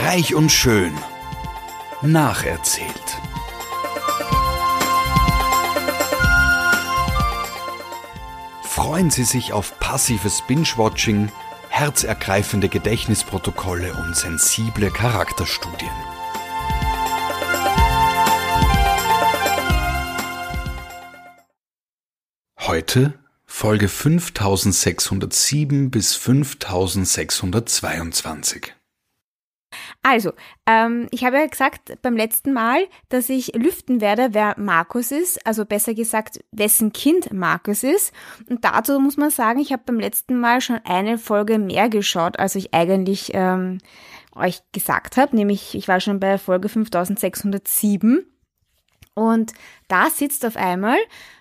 Reich und schön. Nacherzählt. Freuen Sie sich auf passives Binge-Watching, herzergreifende Gedächtnisprotokolle und sensible Charakterstudien. Heute Folge 5607 bis 5622. Also, ich habe ja gesagt beim letzten Mal, dass ich lüften werde, wer Markus ist, also besser gesagt, wessen Kind Markus ist. Und dazu muss man sagen, ich habe beim letzten Mal schon eine Folge mehr geschaut, als ich eigentlich euch gesagt habe, nämlich ich war schon bei Folge 5607 und da sitzt auf einmal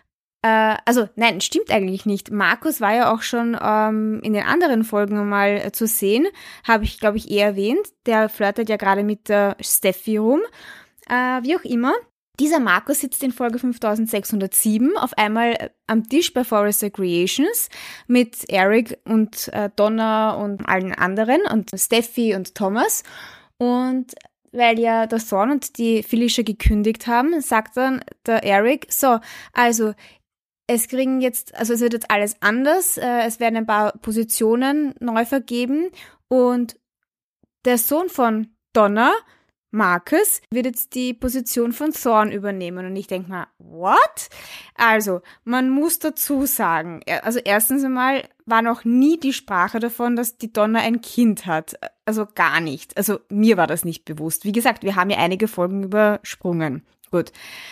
nein, stimmt eigentlich nicht. Markus war ja auch schon in den anderen Folgen mal zu sehen, habe ich, glaube ich, erwähnt. Der flirtet ja gerade mit der Steffi rum. Wie auch immer. Dieser Markus sitzt in Folge 5607 auf einmal am Tisch bei Forrester Creations mit Eric und Donna und allen anderen und Steffi und Thomas. Und weil ja der Thorne und die Felicia gekündigt haben, sagt dann der Eric, so, also es wird jetzt alles anders, es werden ein paar Positionen neu vergeben und der Sohn von Donna, Marcus, wird jetzt die Position von Thorne übernehmen und ich denke mal, what? Also, man muss dazu sagen, also erstens einmal war noch nie die Sprache davon, dass die Donna ein Kind hat, also gar nicht, also mir war das nicht bewusst. Wie gesagt, wir haben ja einige Folgen übersprungen. Gut.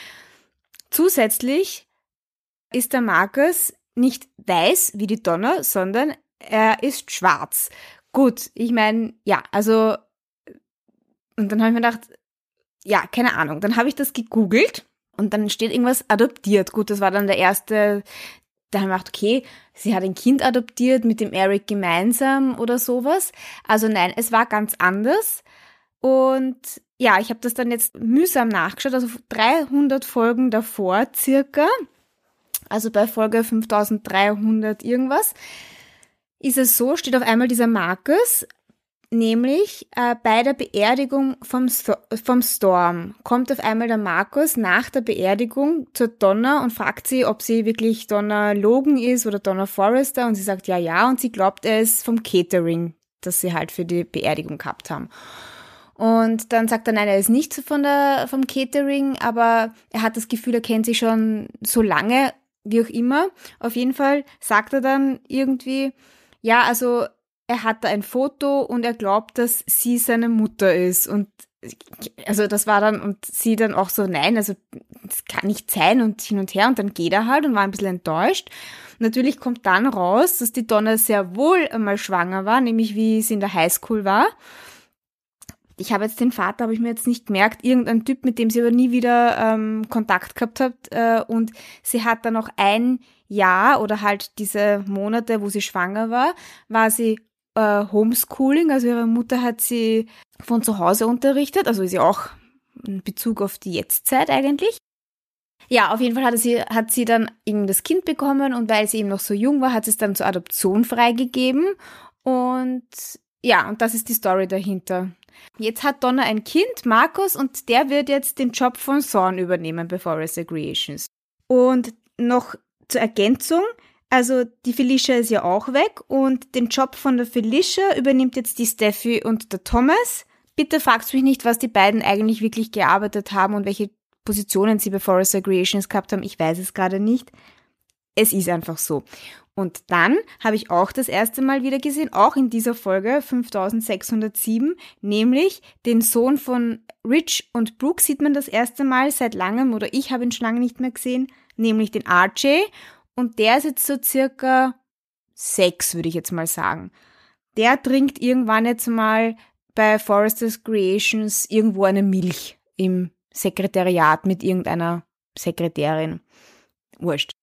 Zusätzlich ist der Marcus nicht weiß wie die Donna, sondern er ist schwarz. Gut, ich meine, ja, also, und dann habe ich mir gedacht, ja, keine Ahnung, dann habe ich das gegoogelt und dann steht irgendwas adoptiert. Gut, das war dann der erste, da habe ich gedacht, okay, sie hat ein Kind adoptiert mit dem Eric gemeinsam oder sowas. Also nein, es war ganz anders und ja, ich habe das dann jetzt mühsam nachgeschaut, also 300 Folgen davor circa, also bei Folge 5300 irgendwas, ist es so, steht auf einmal dieser Marcus, nämlich bei der Beerdigung vom Storm kommt auf einmal der Marcus nach der Beerdigung zur Donna und fragt sie, ob sie wirklich Donna Logan ist oder Donna Forrester und sie sagt ja und sie glaubt, er ist vom Catering, das sie halt für die Beerdigung gehabt haben. Und dann sagt er, nein, er ist nicht vom Catering, aber er hat das Gefühl, er kennt sie schon so lange, wie auch immer. Auf jeden Fall sagt er dann irgendwie, ja, also er hat da ein Foto und er glaubt, dass sie seine Mutter ist. Und also das war dann, und sie dann auch so, nein, also das kann nicht sein und hin und her. Und dann geht er halt und war ein bisschen enttäuscht. Natürlich kommt dann raus, dass die Donna sehr wohl einmal schwanger war, nämlich wie sie in der Highschool war. Ich habe jetzt den Vater, habe ich mir jetzt nicht gemerkt, irgendein Typ, mit dem sie aber nie wieder Kontakt gehabt hat und sie hat dann noch ein Jahr oder halt diese Monate, wo sie schwanger war sie Homeschooling, also ihre Mutter hat sie von zu Hause unterrichtet, also ist sie auch in Bezug auf die Jetztzeit eigentlich. Ja, auf jeden Fall hat sie dann eben das Kind bekommen und weil sie eben noch so jung war, hat sie es dann zur Adoption freigegeben und ja, und das ist die Story dahinter. Jetzt hat Donna ein Kind, Marcus, und der wird jetzt den Job von Thorne übernehmen bei Forrester Creations. Und noch zur Ergänzung, also die Felicia ist ja auch weg und den Job von der Felicia übernimmt jetzt die Steffi und der Thomas. Bitte fragt mich nicht, was die beiden eigentlich wirklich gearbeitet haben und welche Positionen sie bei Forrester Creations gehabt haben. Ich weiß es gerade nicht. Es ist einfach so. Und dann habe ich auch das erste Mal wieder gesehen, auch in dieser Folge 5607, nämlich den Sohn von Rich und Brooke sieht man das erste Mal seit langem, oder ich habe ihn schon lange nicht mehr gesehen, nämlich den RJ. Und der ist jetzt so circa 6, würde ich jetzt mal sagen. Der trinkt irgendwann jetzt mal bei Forrester's Creations irgendwo eine Milch im Sekretariat mit irgendeiner Sekretärin. Wurscht.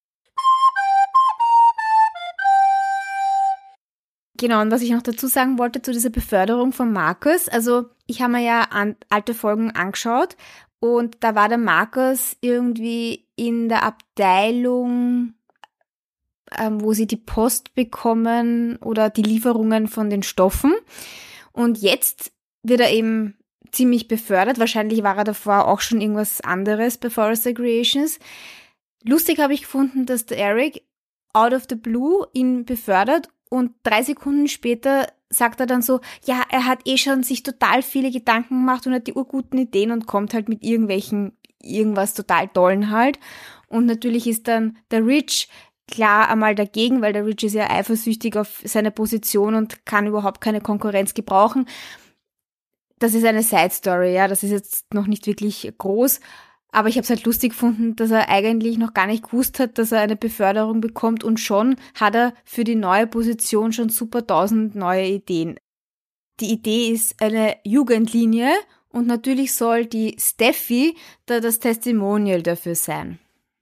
Genau, und was ich noch dazu sagen wollte zu dieser Beförderung von Marcus, also ich habe mir ja alte Folgen angeschaut und da war der Marcus irgendwie in der Abteilung, wo sie die Post bekommen oder die Lieferungen von den Stoffen und jetzt wird er eben ziemlich befördert. Wahrscheinlich war er davor auch schon irgendwas anderes bei Forrester Creations. Lustig habe ich gefunden, dass der Eric out of the blue ihn befördert und 3 Sekunden später sagt er dann so, ja, er hat schon sich total viele Gedanken gemacht und hat die urguten Ideen und kommt halt mit irgendwas total Tollen halt. Und natürlich ist dann der Rich klar einmal dagegen, weil der Rich ist ja eifersüchtig auf seine Position und kann überhaupt keine Konkurrenz gebrauchen. Das ist eine Side-Story, ja, das ist jetzt noch nicht wirklich groß, aber ich habe es halt lustig gefunden, dass er eigentlich noch gar nicht gewusst hat, dass er eine Beförderung bekommt und schon hat er für die neue Position schon super 1000 neue Ideen. Die Idee ist eine Jugendlinie und natürlich soll die Steffi da das Testimonial dafür sein.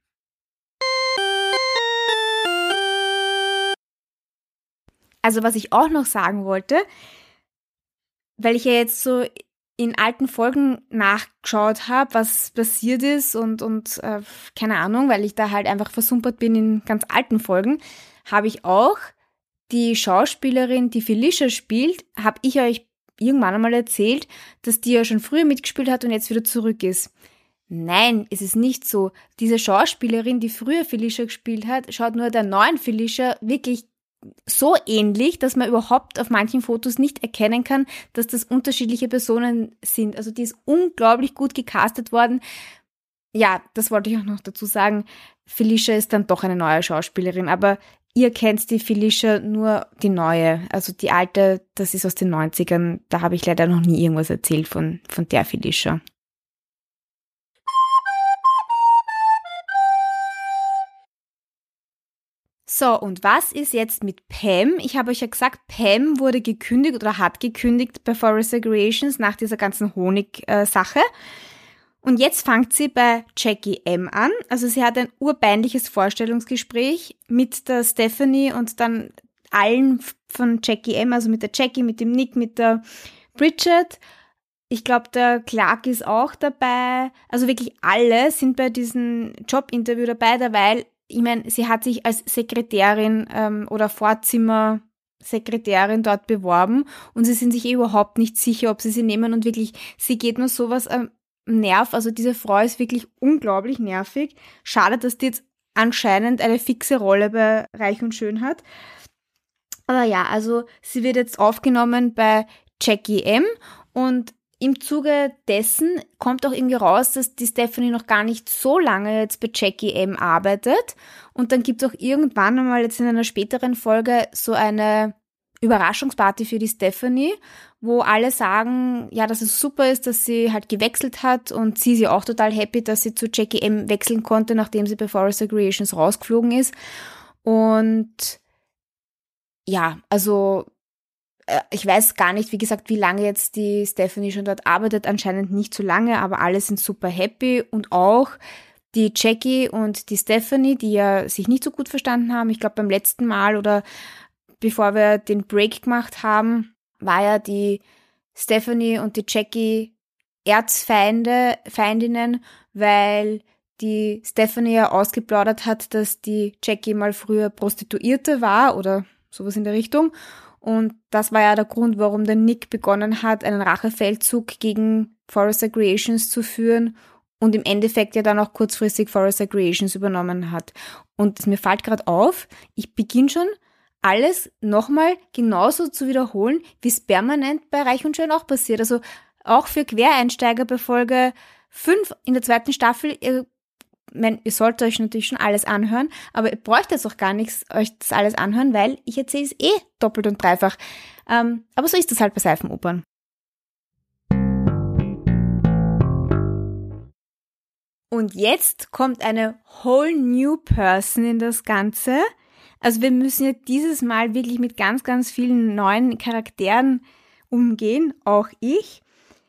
Also was ich auch noch sagen wollte, weil ich ja jetzt so in alten Folgen nachgeschaut habe, was passiert ist und keine Ahnung, weil ich da halt einfach versumpert bin in ganz alten Folgen, habe ich auch die Schauspielerin, die Felicia spielt, habe ich euch irgendwann einmal erzählt, dass die ja schon früher mitgespielt hat und jetzt wieder zurück ist. Nein, es ist nicht so. Diese Schauspielerin, die früher Felicia gespielt hat, schaut nur der neuen Felicia wirklich so ähnlich, dass man überhaupt auf manchen Fotos nicht erkennen kann, dass das unterschiedliche Personen sind. Also die ist unglaublich gut gecastet worden. Ja, das wollte ich auch noch dazu sagen. Felicia ist dann doch eine neue Schauspielerin, aber ihr kennt die Felicia nur die neue. Also die alte, das ist aus den 90ern. Da habe ich leider noch nie irgendwas erzählt von der Felicia. So, und was ist jetzt mit Pam? Ich habe euch ja gesagt, Pam wurde gekündigt oder hat gekündigt bei Forrester Creations nach dieser ganzen Honig-Sache. Und jetzt fängt sie bei Jackie M an. Also sie hat ein urpeinliches Vorstellungsgespräch mit der Stephanie und dann allen von Jackie M, also mit der Jackie, mit dem Nick, mit der Bridget. Ich glaube, der Clark ist auch dabei. Also wirklich alle sind bei diesem Jobinterview dabei, derweil ich meine, sie hat sich als Sekretärin oder Vorzimmersekretärin dort beworben und sie sind sich überhaupt nicht sicher, ob sie nehmen und wirklich, sie geht nur sowas am Nerv, also diese Frau ist wirklich unglaublich nervig. Schade, dass die jetzt anscheinend eine fixe Rolle bei Reich und Schön hat. Aber ja, also sie wird jetzt aufgenommen bei Jackie M und im Zuge dessen kommt auch irgendwie raus, dass die Stephanie noch gar nicht so lange jetzt bei Jackie M arbeitet. Und dann gibt es auch irgendwann einmal jetzt in einer späteren Folge so eine Überraschungsparty für die Stephanie, wo alle sagen, ja, dass es super ist, dass sie halt gewechselt hat und sie ist ja auch total happy, dass sie zu Jackie M wechseln konnte, nachdem sie bei Forrester Creations rausgeflogen ist. Und ja, also ich weiß gar nicht, wie gesagt, wie lange jetzt die Stephanie schon dort arbeitet, anscheinend nicht so lange, aber alle sind super happy und auch die Jackie und die Stephanie, die ja sich nicht so gut verstanden haben, ich glaube beim letzten Mal oder bevor wir den Break gemacht haben, war ja die Stephanie und die Jackie Erzfeindinnen, weil die Stephanie ja ausgeplaudert hat, dass die Jackie mal früher Prostituierte war oder sowas in der Richtung. Und das war ja der Grund, warum der Nick begonnen hat, einen Rachefeldzug gegen Forrester Creations zu führen und im Endeffekt ja dann auch kurzfristig Forrester Creations übernommen hat. Und mir fällt gerade auf, ich beginne schon alles nochmal genauso zu wiederholen, wie es permanent bei Reich und Schön auch passiert. Also auch für Quereinsteiger bei Folge 5 in der 2. Staffel, ihr sollt euch natürlich schon alles anhören, aber ihr bräucht jetzt auch gar nichts, euch das alles anhören, weil ich erzähle es doppelt und dreifach. Aber so ist das halt bei Seifenopern. Und jetzt kommt eine whole new person in das Ganze. Also wir müssen ja dieses Mal wirklich mit ganz, ganz vielen neuen Charakteren umgehen, auch ich.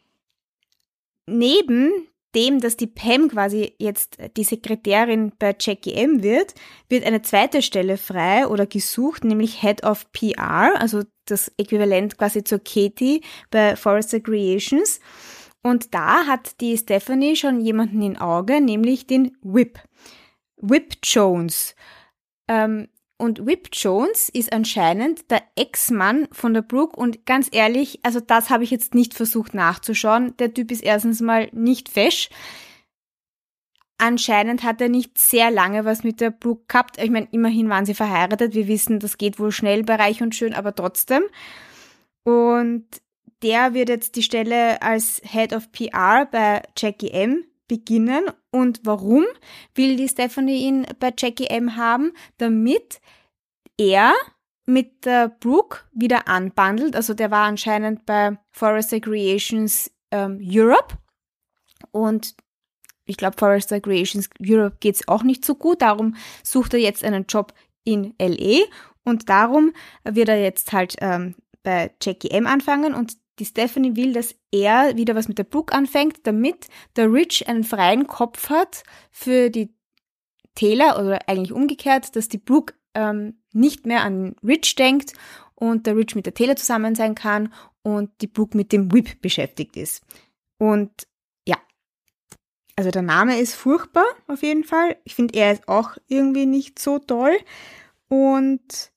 Neben dem, dass die Pam quasi jetzt die Sekretärin bei Jackie M wird eine zweite Stelle frei oder gesucht, nämlich Head of PR, also das Äquivalent quasi zur Katie bei Forrester Creations. Und da hat die Stephanie schon jemanden im Auge, nämlich den Whip Jones. Und Whip Jones ist anscheinend der Ex-Mann von der Brooke und ganz ehrlich, also das habe ich jetzt nicht versucht nachzuschauen. Der Typ ist erstens mal nicht fesch. Anscheinend hat er nicht sehr lange was mit der Brooke gehabt. Ich meine, immerhin waren sie verheiratet. Wir wissen, das geht wohl schnell bei Reich und Schön, aber trotzdem. Und der wird jetzt die Stelle als Head of PR bei Jackie M beginnen. Und warum will die Stephanie ihn bei Jackie M haben? Damit er mit der Brooke wieder anbandelt. Also der war anscheinend bei Forrester Creations Europe. Und ich glaube, Forrester Creations Europe geht's auch nicht so gut. Darum sucht er jetzt einen Job in L.A. Und darum wird er jetzt halt bei Jackie M anfangen. Und die Stephanie will, dass er wieder was mit der Brooke anfängt, damit der Rich einen freien Kopf hat für die Taylor, oder eigentlich umgekehrt, dass die Brooke nicht mehr an Rich denkt und der Rich mit der Taylor zusammen sein kann und die Brooke mit dem Whip beschäftigt ist. Und ja, also der Name ist furchtbar auf jeden Fall. Ich finde, er ist auch irgendwie nicht so toll. Und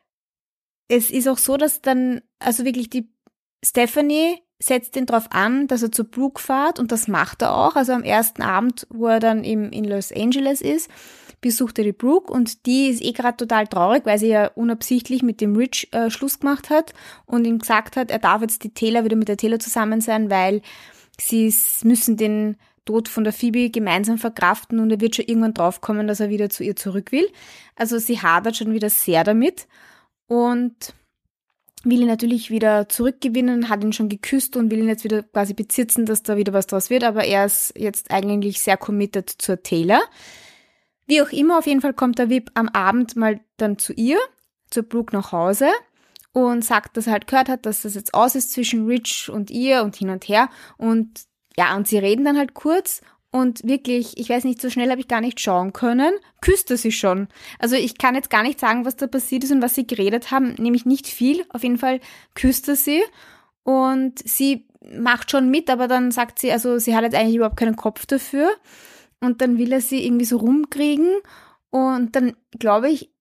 es ist auch so, dass dann, also wirklich die Stephanie setzt ihn darauf an, dass er zur Brooke fährt und das macht er auch. Also am ersten Abend, wo er dann in Los Angeles ist, besucht er die Brooke und die ist gerade total traurig, weil sie ja unabsichtlich mit dem Rich Schluss gemacht hat und ihm gesagt hat, er darf jetzt wieder mit der Taylor zusammen sein, weil sie müssen den Tod von der Phoebe gemeinsam verkraften und er wird schon irgendwann draufkommen, dass er wieder zu ihr zurück will. Also sie hadert schon wieder sehr damit und will ihn natürlich wieder zurückgewinnen, hat ihn schon geküsst und will ihn jetzt wieder quasi bezitzen, dass da wieder was draus wird, aber er ist jetzt eigentlich sehr committed zur Taylor. Wie auch immer, auf jeden Fall kommt der Whip am Abend mal dann zu ihr, zur Brooke nach Hause und sagt, dass er halt gehört hat, dass das jetzt aus ist zwischen Rich und ihr und hin und her und ja, und sie reden dann halt kurz und wirklich, ich weiß nicht, so schnell habe ich gar nicht schauen können, küsst er sie schon. Also ich kann jetzt gar nicht sagen, was da passiert ist und was sie geredet haben, nämlich nicht viel. Auf jeden Fall küsst er sie und sie macht schon mit, aber dann sagt sie, also sie hat jetzt eigentlich überhaupt keinen Kopf dafür und dann will er sie irgendwie so rumkriegen und dann glaube ich,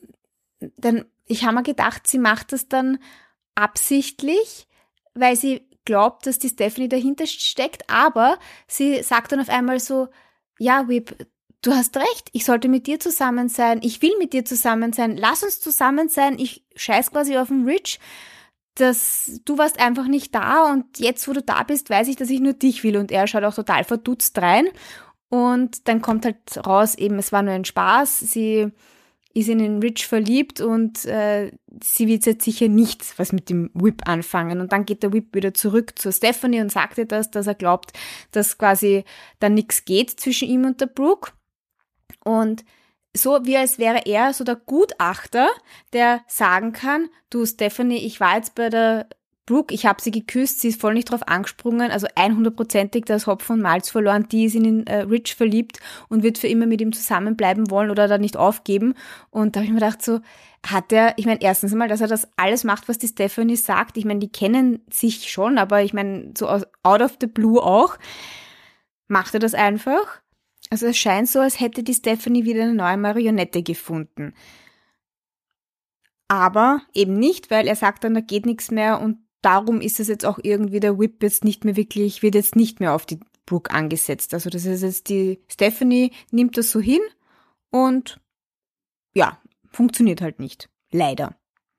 ich habe mir gedacht, sie macht das dann absichtlich, weil sie glaubt, dass die Stephanie dahinter steckt, aber sie sagt dann auf einmal so, ja, Whip, du hast recht, ich sollte mit dir zusammen sein, ich will mit dir zusammen sein, lass uns zusammen sein, ich scheiß quasi auf den Rich, dass du warst einfach nicht da und jetzt, wo du da bist, weiß ich, dass ich nur dich will und er schaut auch total verdutzt rein und dann kommt halt raus, eben, es war nur ein Spaß, sie ist in den Rich verliebt und sie wird jetzt sicher nicht was mit dem Whip anfangen. Und dann geht der Whip wieder zurück zur Stephanie und sagt ihr das, dass er glaubt, dass quasi da nichts geht zwischen ihm und der Brooke. Und so wie als wäre er so der Gutachter, der sagen kann, du Stephanie, ich war jetzt bei der Brooke, ich habe sie geküsst, sie ist voll nicht drauf angesprungen, also 100%ig das Hopfen und Malz verloren, die ist in den Rich verliebt und wird für immer mit ihm zusammenbleiben wollen oder da nicht aufgeben. Und da habe ich mir gedacht, so hat er, ich meine, erstens einmal, dass er das alles macht, was die Stephanie sagt. Ich meine, die kennen sich schon, aber ich meine, so out of the blue auch, macht er das einfach. Also es scheint so, als hätte die Stephanie wieder eine neue Marionette gefunden. Aber eben nicht, weil er sagt dann, da geht nichts mehr und darum ist es jetzt auch irgendwie, der Whip jetzt nicht mehr wirklich, wird jetzt nicht mehr auf die Brooke angesetzt. Also das ist jetzt die Stephanie nimmt das so hin und ja, funktioniert halt nicht. Leider.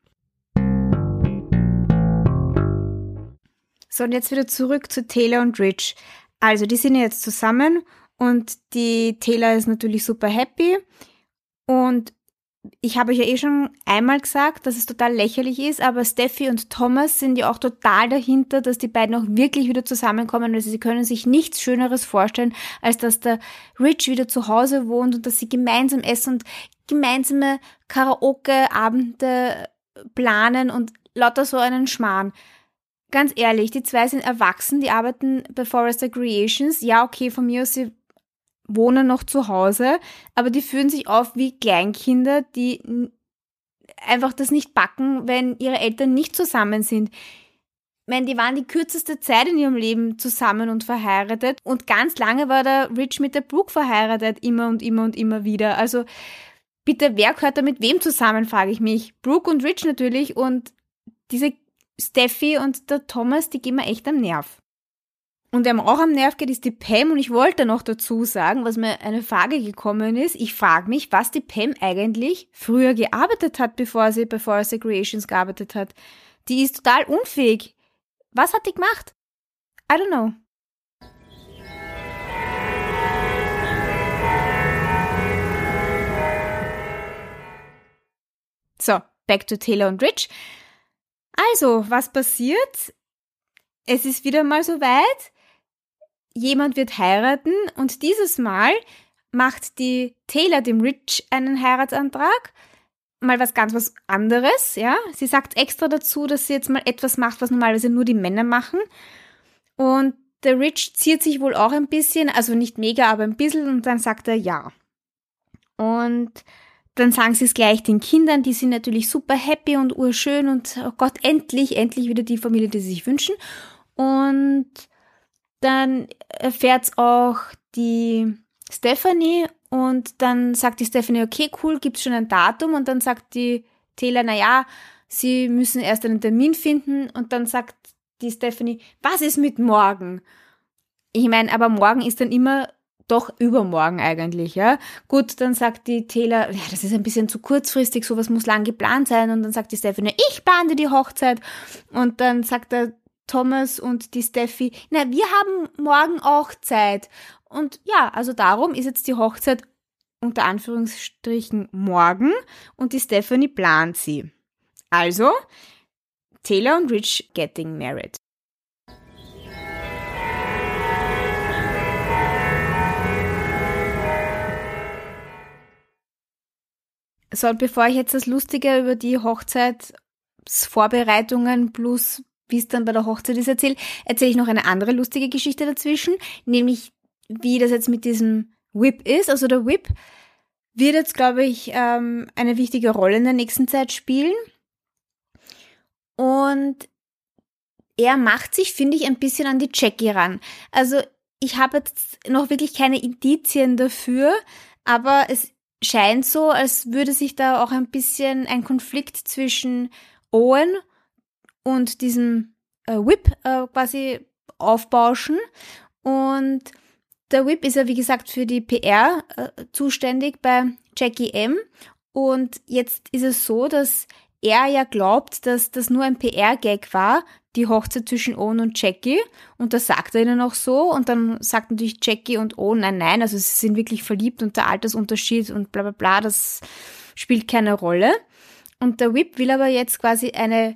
So, und jetzt wieder zurück zu Taylor und Rich. Also die sind ja jetzt zusammen und die Taylor ist natürlich super happy und ich habe euch ja schon einmal gesagt, dass es total lächerlich ist, aber Steffi und Thomas sind ja auch total dahinter, dass die beiden auch wirklich wieder zusammenkommen. Also sie können sich nichts Schöneres vorstellen, als dass der Rich wieder zu Hause wohnt und dass sie gemeinsam essen und gemeinsame Karaoke-Abende planen und lauter so einen Schmarrn. Ganz ehrlich, die zwei sind erwachsen, die arbeiten bei Forrester Creations. Ja, okay, von mir aus, sie wohnen noch zu Hause, aber die führen sich auf wie Kleinkinder, die einfach das nicht backen, wenn ihre Eltern nicht zusammen sind. Ich meine, die waren die kürzeste Zeit in ihrem Leben zusammen und verheiratet und ganz lange war der Rich mit der Brooke verheiratet, immer und immer und immer wieder. Also bitte, wer gehört da mit wem zusammen, frage ich mich. Brooke und Rich natürlich und diese Steffi und der Thomas, die gehen mir echt am Nerv. Und wer mir auch am Nerv geht, ist die Pam. Und ich wollte noch dazu sagen, was mir eine Frage gekommen ist. Ich frage mich, was die Pam eigentlich früher gearbeitet hat, bevor sie bei Forrester Creations gearbeitet hat. Die ist total unfähig. Was hat die gemacht? I don't know. So, back to Taylor und Rich. Also, was passiert? Es ist wieder mal soweit. Jemand wird heiraten und dieses Mal macht die Taylor dem Rich einen Heiratsantrag. Mal was anderes, ja. Sie sagt extra dazu, dass sie jetzt mal etwas macht, was normalerweise nur die Männer machen. Und der Rich ziert sich wohl auch ein bisschen, also nicht mega, aber ein bisschen und dann sagt er ja. Und dann sagen sie es gleich den Kindern, die sind natürlich super happy und urschön und oh Gott, endlich wieder die Familie, die sie sich wünschen. Und dann erfährt's auch die Stephanie und dann sagt die Stephanie, okay, cool, gibt's schon ein Datum? Und dann sagt die Taylor, naja, sie müssen erst einen Termin finden und dann sagt die Stephanie, was ist mit morgen? Ich meine, aber morgen ist dann immer doch übermorgen eigentlich, ja. Gut, dann sagt die Taylor, ja, das ist ein bisschen zu kurzfristig, sowas muss lang geplant sein. Und dann sagt die Stephanie, ich plane die Hochzeit. Und dann sagt der Thomas und die Steffi, na, wir haben morgen auch Zeit. Und ja, also darum ist jetzt die Hochzeit unter Anführungsstrichen morgen und die Stephanie plant sie. Also, Taylor und Rich getting married. So, und bevor ich jetzt das Lustige über die Hochzeitsvorbereitungen plus wie es dann bei der Hochzeit ist, erzähle ich noch eine andere lustige Geschichte dazwischen, nämlich wie das jetzt mit diesem Whip ist. Also der Whip wird jetzt, glaube ich, eine wichtige Rolle in der nächsten Zeit spielen. Und er macht sich, finde ich, ein bisschen an die Jackie ran. Also ich habe jetzt noch wirklich keine Indizien dafür, aber es scheint so, als würde sich da auch ein bisschen ein Konflikt zwischen Owen und diesem Whip quasi aufbauschen. Und der Whip ist ja, wie gesagt, für die PR zuständig bei Jackie M. Und jetzt ist es so, dass er ja glaubt, dass das nur ein PR-Gag war, die Hochzeit zwischen Owen und Jackie. Und das sagt er ihnen auch so. Und dann sagt natürlich Jackie und Owen, nein, also sie sind wirklich verliebt und der Altersunterschied und bla bla bla, das spielt keine Rolle. Und der Whip will aber jetzt quasi eine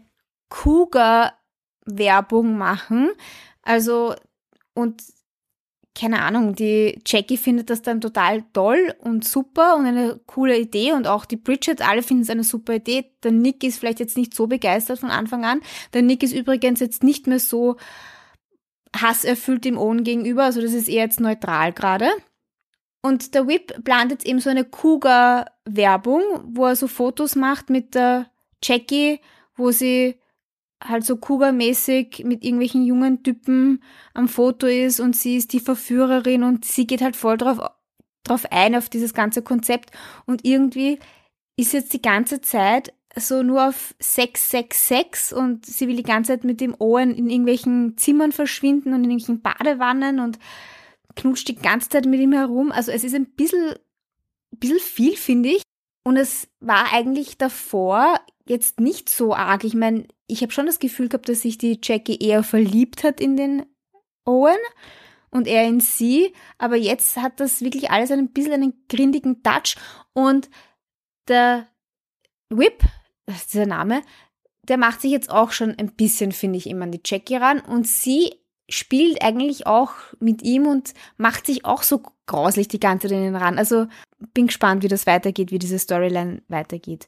Cougar-Werbung machen. Also, und keine Ahnung, die Jackie findet das dann total toll und super und eine coole Idee und auch die Bridget, alle finden es eine super Idee. Der Nick ist vielleicht jetzt nicht so begeistert von Anfang an. Der Nick ist übrigens jetzt nicht mehr so hasserfüllt dem Owen gegenüber, also das ist eher jetzt neutral gerade. Und der Whip plant jetzt eben so eine Cougar-Werbung, wo er so Fotos macht mit der Jackie, wo sie halt so Cougar-mäßig mit irgendwelchen jungen Typen am Foto ist und sie ist die Verführerin und sie geht halt voll drauf ein, auf dieses ganze Konzept und irgendwie ist jetzt die ganze Zeit so nur auf Sex, Sex, Sex und sie will die ganze Zeit mit dem Owen in irgendwelchen Zimmern verschwinden und in irgendwelchen Badewannen und knutscht die ganze Zeit mit ihm herum. Also es ist ein bisschen viel, finde ich. Und es war eigentlich davor jetzt nicht so arg. Ich meine, ich habe schon das Gefühl gehabt, dass sich die Jackie eher verliebt hat in den Owen und er in sie. Aber jetzt hat das wirklich alles ein bisschen einen grindigen Touch. Und der Whip, das ist dieser Name, der macht sich jetzt auch schon ein bisschen, finde ich, immer an die Jackie ran. Und sie spielt eigentlich auch mit ihm und macht sich auch so grauslich die ganze Zeit in ihn ran. Also bin gespannt, wie das weitergeht, wie diese Storyline weitergeht.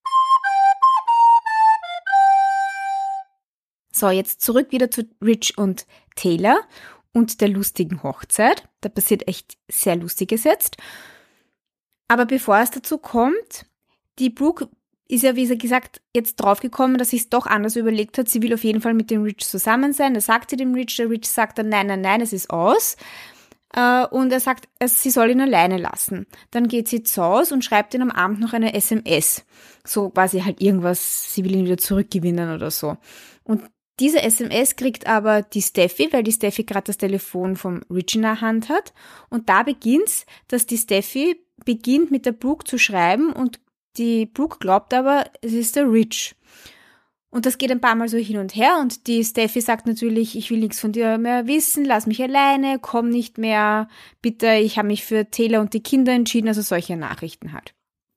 So, jetzt zurück wieder zu Rich und Taylor und der lustigen Hochzeit. Da passiert echt sehr Lustiges jetzt. Aber bevor es dazu kommt, die Brooke ist ja, wie gesagt, jetzt draufgekommen, dass sie es doch anders überlegt hat. Sie will auf jeden Fall mit dem Rich zusammen sein. Da sagt sie dem Rich, der Rich sagt dann, nein, es ist aus. und er sagt, sie soll ihn alleine lassen. Dann geht sie zu Hause und schreibt ihm am Abend noch eine SMS. So quasi halt irgendwas, sie will ihn wieder zurückgewinnen oder so. Und diese SMS kriegt aber die Steffi, weil die Steffi gerade das Telefon vom Rich in der Hand hat. Und da beginnt's, dass die Steffi beginnt mit der Brooke zu schreiben und die Brooke glaubt aber, es ist der Rich. Und das geht ein paar Mal so hin und her und die Steffi sagt natürlich, ich will nichts von dir mehr wissen, lass mich alleine, komm nicht mehr, bitte, ich habe mich für Taylor und die Kinder entschieden, also solche Nachrichten halt.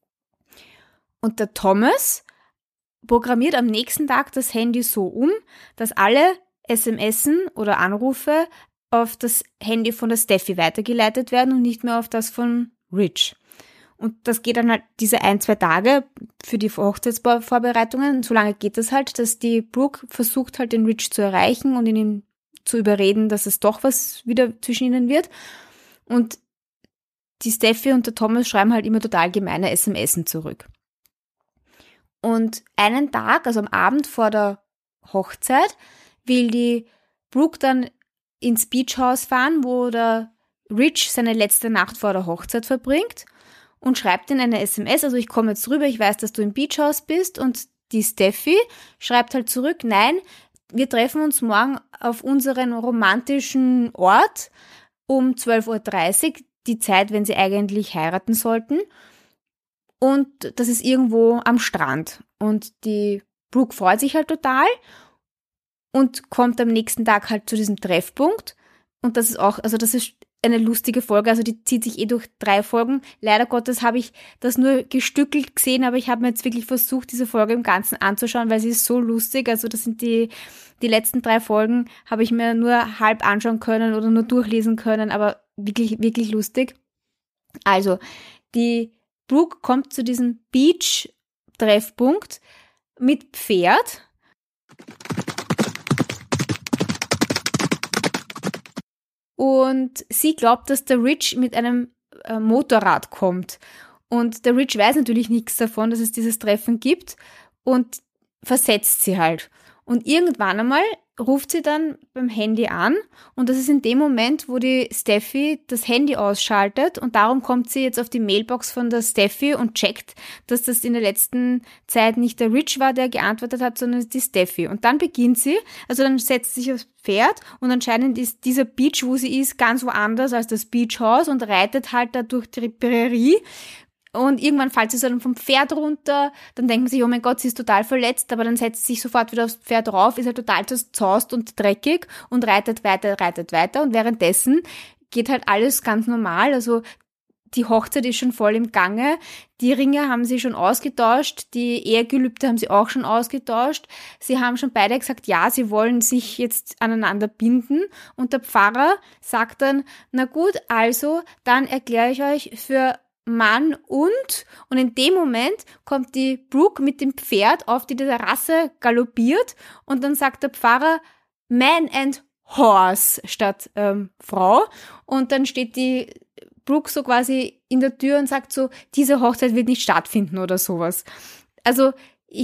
Und der Thomas programmiert am nächsten Tag das Handy so um, dass alle SMSen oder Anrufe auf das Handy von der Steffi weitergeleitet werden und nicht mehr auf das von Rich. Und das geht dann halt diese 1-2 Tage für die Hochzeitsvorbereitungen. So lange geht das halt, dass die Brooke versucht halt den Rich zu erreichen und ihn zu überreden, dass es doch was wieder zwischen ihnen wird. Und die Steffi und der Thomas schreiben halt immer total gemeine SMSen zurück. Und einen Tag, also am Abend vor der Hochzeit, will die Brooke dann ins Beachhaus fahren, wo der Rich seine letzte Nacht vor der Hochzeit verbringt. Und schreibt in eine SMS, also ich komme jetzt rüber, ich weiß, dass du im Beachhaus bist und die Steffi schreibt halt zurück, nein, wir treffen uns morgen auf unseren romantischen Ort um 12:30 Uhr, die Zeit, wenn sie eigentlich heiraten sollten und das ist irgendwo am Strand und die Brooke freut sich halt total und kommt am nächsten Tag halt zu diesem Treffpunkt und das ist auch, also das ist eine lustige Folge, also die zieht sich durch 3 Folgen. Leider Gottes habe ich das nur gestückelt gesehen, aber ich habe mir jetzt wirklich versucht, diese Folge im Ganzen anzuschauen, weil sie ist so lustig. Also das sind die letzten 3 Folgen, habe ich mir nur halb anschauen können oder nur durchlesen können, aber wirklich, wirklich lustig. Also, die Brooke kommt zu diesem Beach-Treffpunkt mit Pferd. Und sie glaubt, dass der Rich mit einem Motorrad kommt. Und der Rich weiß natürlich nichts davon, dass es dieses Treffen gibt und versetzt sie halt. Und irgendwann einmal ruft sie dann beim Handy an und das ist in dem Moment, wo die Steffi das Handy ausschaltet und darum kommt sie jetzt auf die Mailbox von der Steffi und checkt, dass das in der letzten Zeit nicht der Rich war, der geantwortet hat, sondern die Steffi. Und dann beginnt sie, also dann setzt sie sich aufs Pferd und anscheinend ist dieser Beach, wo sie ist, ganz woanders als das Beachhaus und reitet halt da durch die Prärie. Und irgendwann fällt sie so dann vom Pferd runter, dann denkt man sich, oh mein Gott, sie ist total verletzt, aber dann setzt sie sich sofort wieder aufs Pferd rauf, ist halt total zerzaust und dreckig und reitet weiter und währenddessen geht halt alles ganz normal, also die Hochzeit ist schon voll im Gange, die Ringe haben sie schon ausgetauscht, die Ehegelübde haben sie auch schon ausgetauscht, sie haben schon beide gesagt, ja, sie wollen sich jetzt aneinander binden und der Pfarrer sagt dann, na gut, also, dann erkläre ich euch für Mann und in dem Moment kommt die Brooke mit dem Pferd auf die Terrasse galoppiert und dann sagt der Pfarrer Man and Horse statt Frau und dann steht die Brooke so quasi in der Tür und sagt so, diese Hochzeit wird nicht stattfinden oder sowas. Also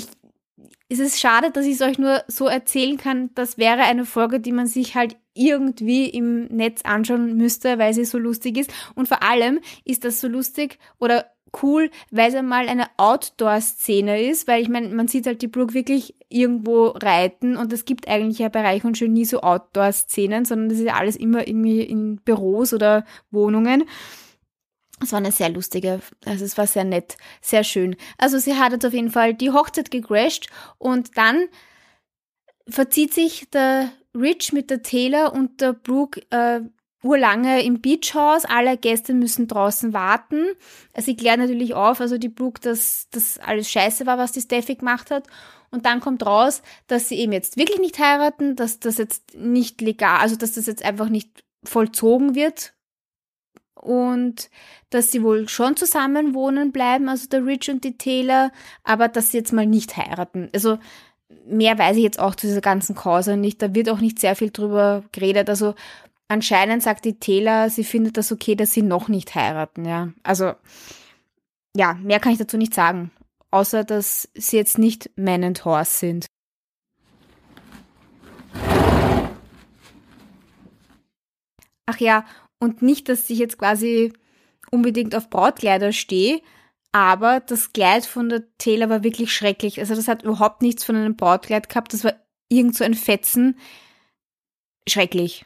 es ist schade, dass ich es euch nur so erzählen kann. Das wäre eine Folge, die man sich halt irgendwie im Netz anschauen müsste, weil sie so lustig ist. Und vor allem ist das so lustig oder cool, weil es einmal eine Outdoor-Szene ist, weil ich meine, man sieht halt die Brooke wirklich irgendwo reiten und es gibt eigentlich ja bei Reich und Schön nie so Outdoor-Szenen, sondern das ist ja alles immer irgendwie in Büros oder Wohnungen. Es war eine sehr lustige, also es war sehr nett, sehr schön. Also sie hat jetzt auf jeden Fall die Hochzeit gecrashed und dann verzieht sich der Rich mit der Taylor und der Brooke urlange im Beachhaus. Alle Gäste müssen draußen warten. Sie klärt natürlich auf, also die Brooke, dass das alles scheiße war, was die Steffi gemacht hat. Und dann kommt raus, dass sie eben jetzt wirklich nicht heiraten, dass das jetzt nicht legal, also dass das jetzt einfach nicht vollzogen wird. Und dass sie wohl schon zusammen wohnen bleiben, also der Rich und die Taylor, aber dass sie jetzt mal nicht heiraten. Also mehr weiß ich jetzt auch zu dieser ganzen Causa nicht, da wird auch nicht sehr viel drüber geredet. Also anscheinend sagt die Taylor, sie findet das okay, dass sie noch nicht heiraten, ja. Also ja, mehr kann ich dazu nicht sagen, außer dass sie jetzt nicht Man and Horse sind. Ach ja, Und nicht, dass ich jetzt quasi unbedingt auf Brautkleider stehe, aber das Kleid von der Taylor war wirklich schrecklich. Also das hat überhaupt nichts von einem Brautkleid gehabt. Das war irgend so ein Fetzen. Schrecklich.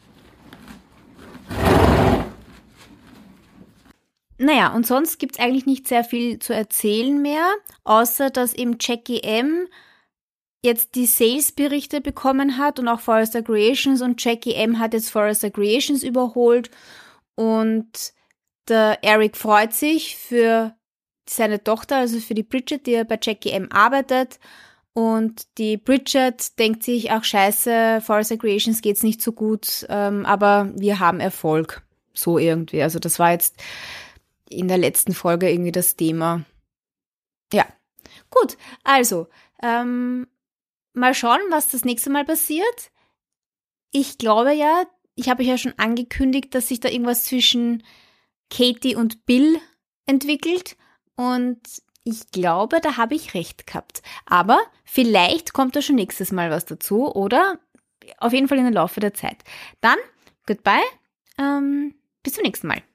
Naja, und sonst gibt's eigentlich nicht sehr viel zu erzählen mehr, außer dass eben Jackie M. jetzt die Sales-Berichte bekommen hat und auch Forrester Creations, und Jackie M. hat jetzt Forrester Creations überholt, und der Eric freut sich für seine Tochter, also für die Bridget, die ja bei Jackie M. arbeitet, und die Bridget denkt sich, ach scheiße, Forrester Creations geht's nicht so gut, aber wir haben Erfolg, so irgendwie. Also das war jetzt in der letzten Folge irgendwie das Thema. Ja, gut, also mal schauen, was das nächste Mal passiert. Ich glaube ja, ich habe ja schon angekündigt, dass sich da irgendwas zwischen Katie und Bill entwickelt, und ich glaube, da habe ich recht gehabt. Aber vielleicht kommt da schon nächstes Mal was dazu, oder auf jeden Fall in der Laufe der Zeit. Dann, goodbye, bis zum nächsten Mal.